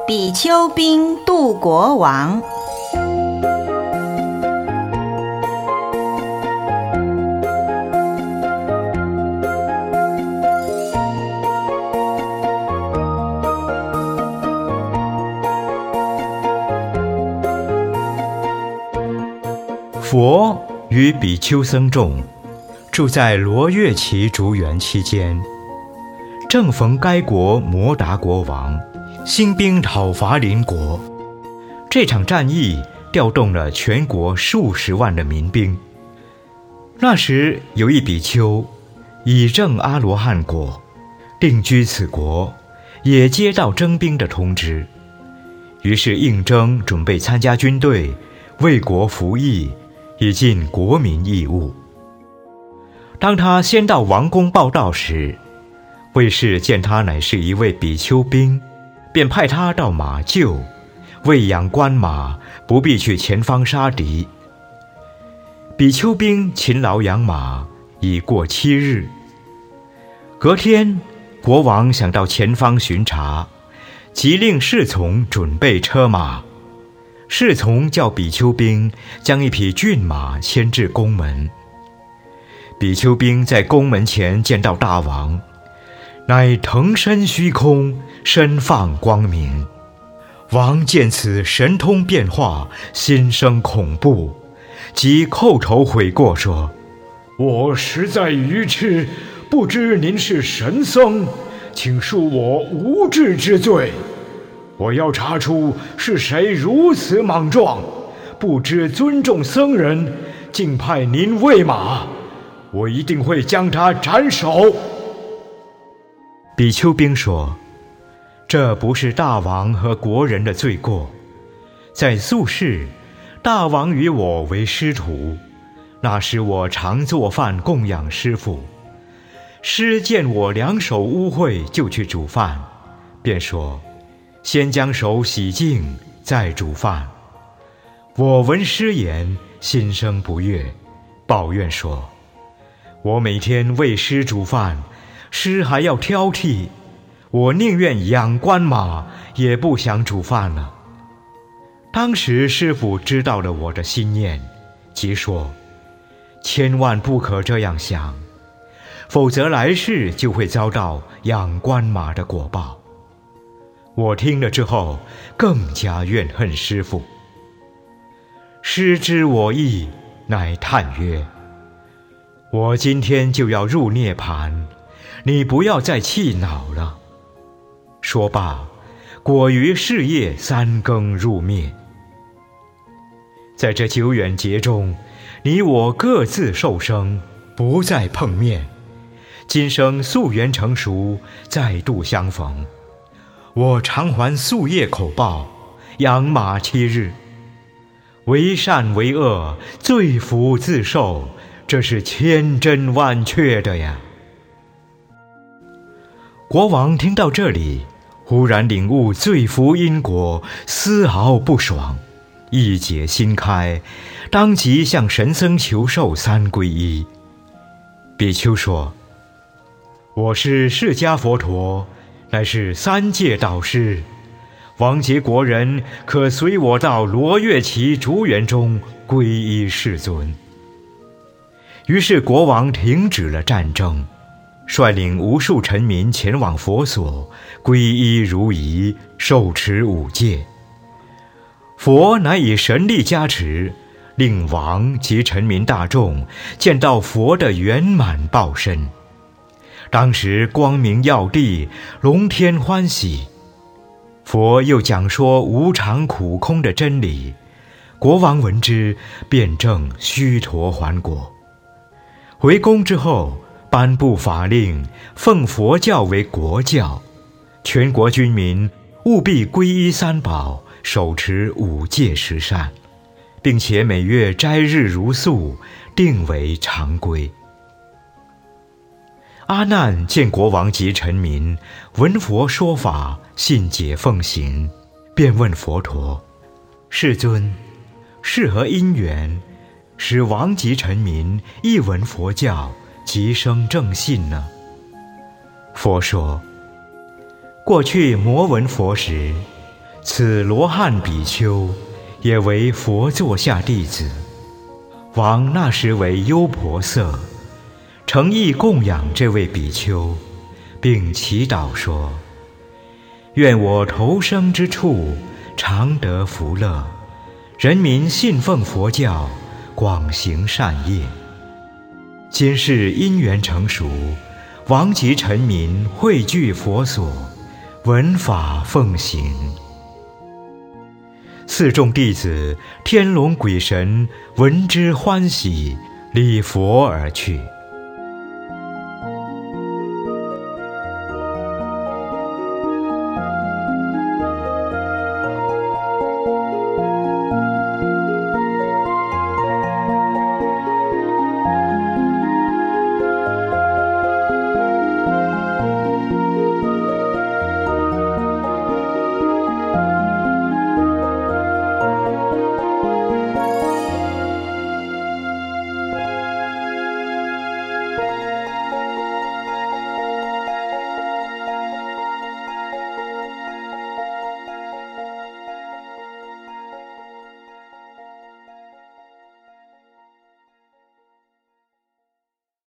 比丘兵渡国王。 佛与比丘僧众住在罗越齐竹园期间，正逢该国摩达国王兴兵讨伐邻国，这场战役调动了全国数十万的民兵。那时有一比丘已证阿罗汉果，定居此国，也接到征兵的通知，于是应征准备参加军队，为国服役，以尽国民义务。当他先到王宫报到时，卫士见他乃是一位比丘兵，便派他到马厩喂养官马，不必去前方杀敌。比丘兵勤劳养马，已过7日。隔天，国王想到前方巡查，即令侍从准备车马。侍从叫比丘兵将一匹骏马牵至宫门。比丘兵在宫门前见到大王，乃腾身虚空，身放光明。王见此神通变化，心生恐怖，即叩头悔过说：我实在愚痴，不知您是神僧，请恕我无知之罪。我要查出是谁如此莽撞，不知尊重僧人，竟派您喂马，我一定会将他斩首。比丘兵说：这不是大王和国人的罪过。在宿世，大王与我为师徒，那时我常做饭供养师父。师见我2手污秽，就去煮饭，便说：先将手洗净，再煮饭。我闻师言，心生不悦，抱怨说：我每天为师煮饭，师还要挑剔，我宁愿养官马，也不想煮饭了。当时师父知道了我的心念，即说：千万不可这样想，否则来世就会遭到养官马的果报。我听了之后，更加怨恨师父。师知我意，乃叹曰：我今天就要入涅槃，你不要再气恼了。说罢，果于是夜3更入灭。在这久远劫中，你我各自受生，不再碰面。今生宿缘成熟，再度相逢。我偿还夙业口报，养马7日。为善为恶，罪福自受，这是千真万确的呀。国王听到这里，忽然领悟罪福因果，丝毫不爽，一解心开，当即向神僧求受3皈依。比丘说：我是释迦佛陀，乃是3界导师，王劫国人可随我到罗越齐竹园中皈依世尊。于是国王停止了战争，率领无数臣民前往佛所，皈依如仪，受持5戒。佛乃以神力加持，令王及臣民大众见到佛的圆满报身。当时光明耀地，龙天欢喜。佛又讲说无常苦空的真理，国王闻之，便证须陀洹果。回宫之后，颁布法令，奉佛教为国教，全国军民务必皈依3宝，手持5戒10善，并且每月斋日如素，定为常规。阿难见国王及臣民闻佛说法，信解奉行，便问佛陀：世尊，是何因缘使王及臣民一闻佛教即生正信呢？佛说：过去摩闻佛时， 此罗汉比丘也为佛座下弟子。王那时为优婆塞，诚意供养这位比丘，并祈祷说：愿我投生之处常得福乐，人民信奉佛教，广行善业。今世因缘成熟，王及臣民汇聚佛所，闻法奉行。四众弟子、天龙鬼神闻之欢喜，礼佛而去。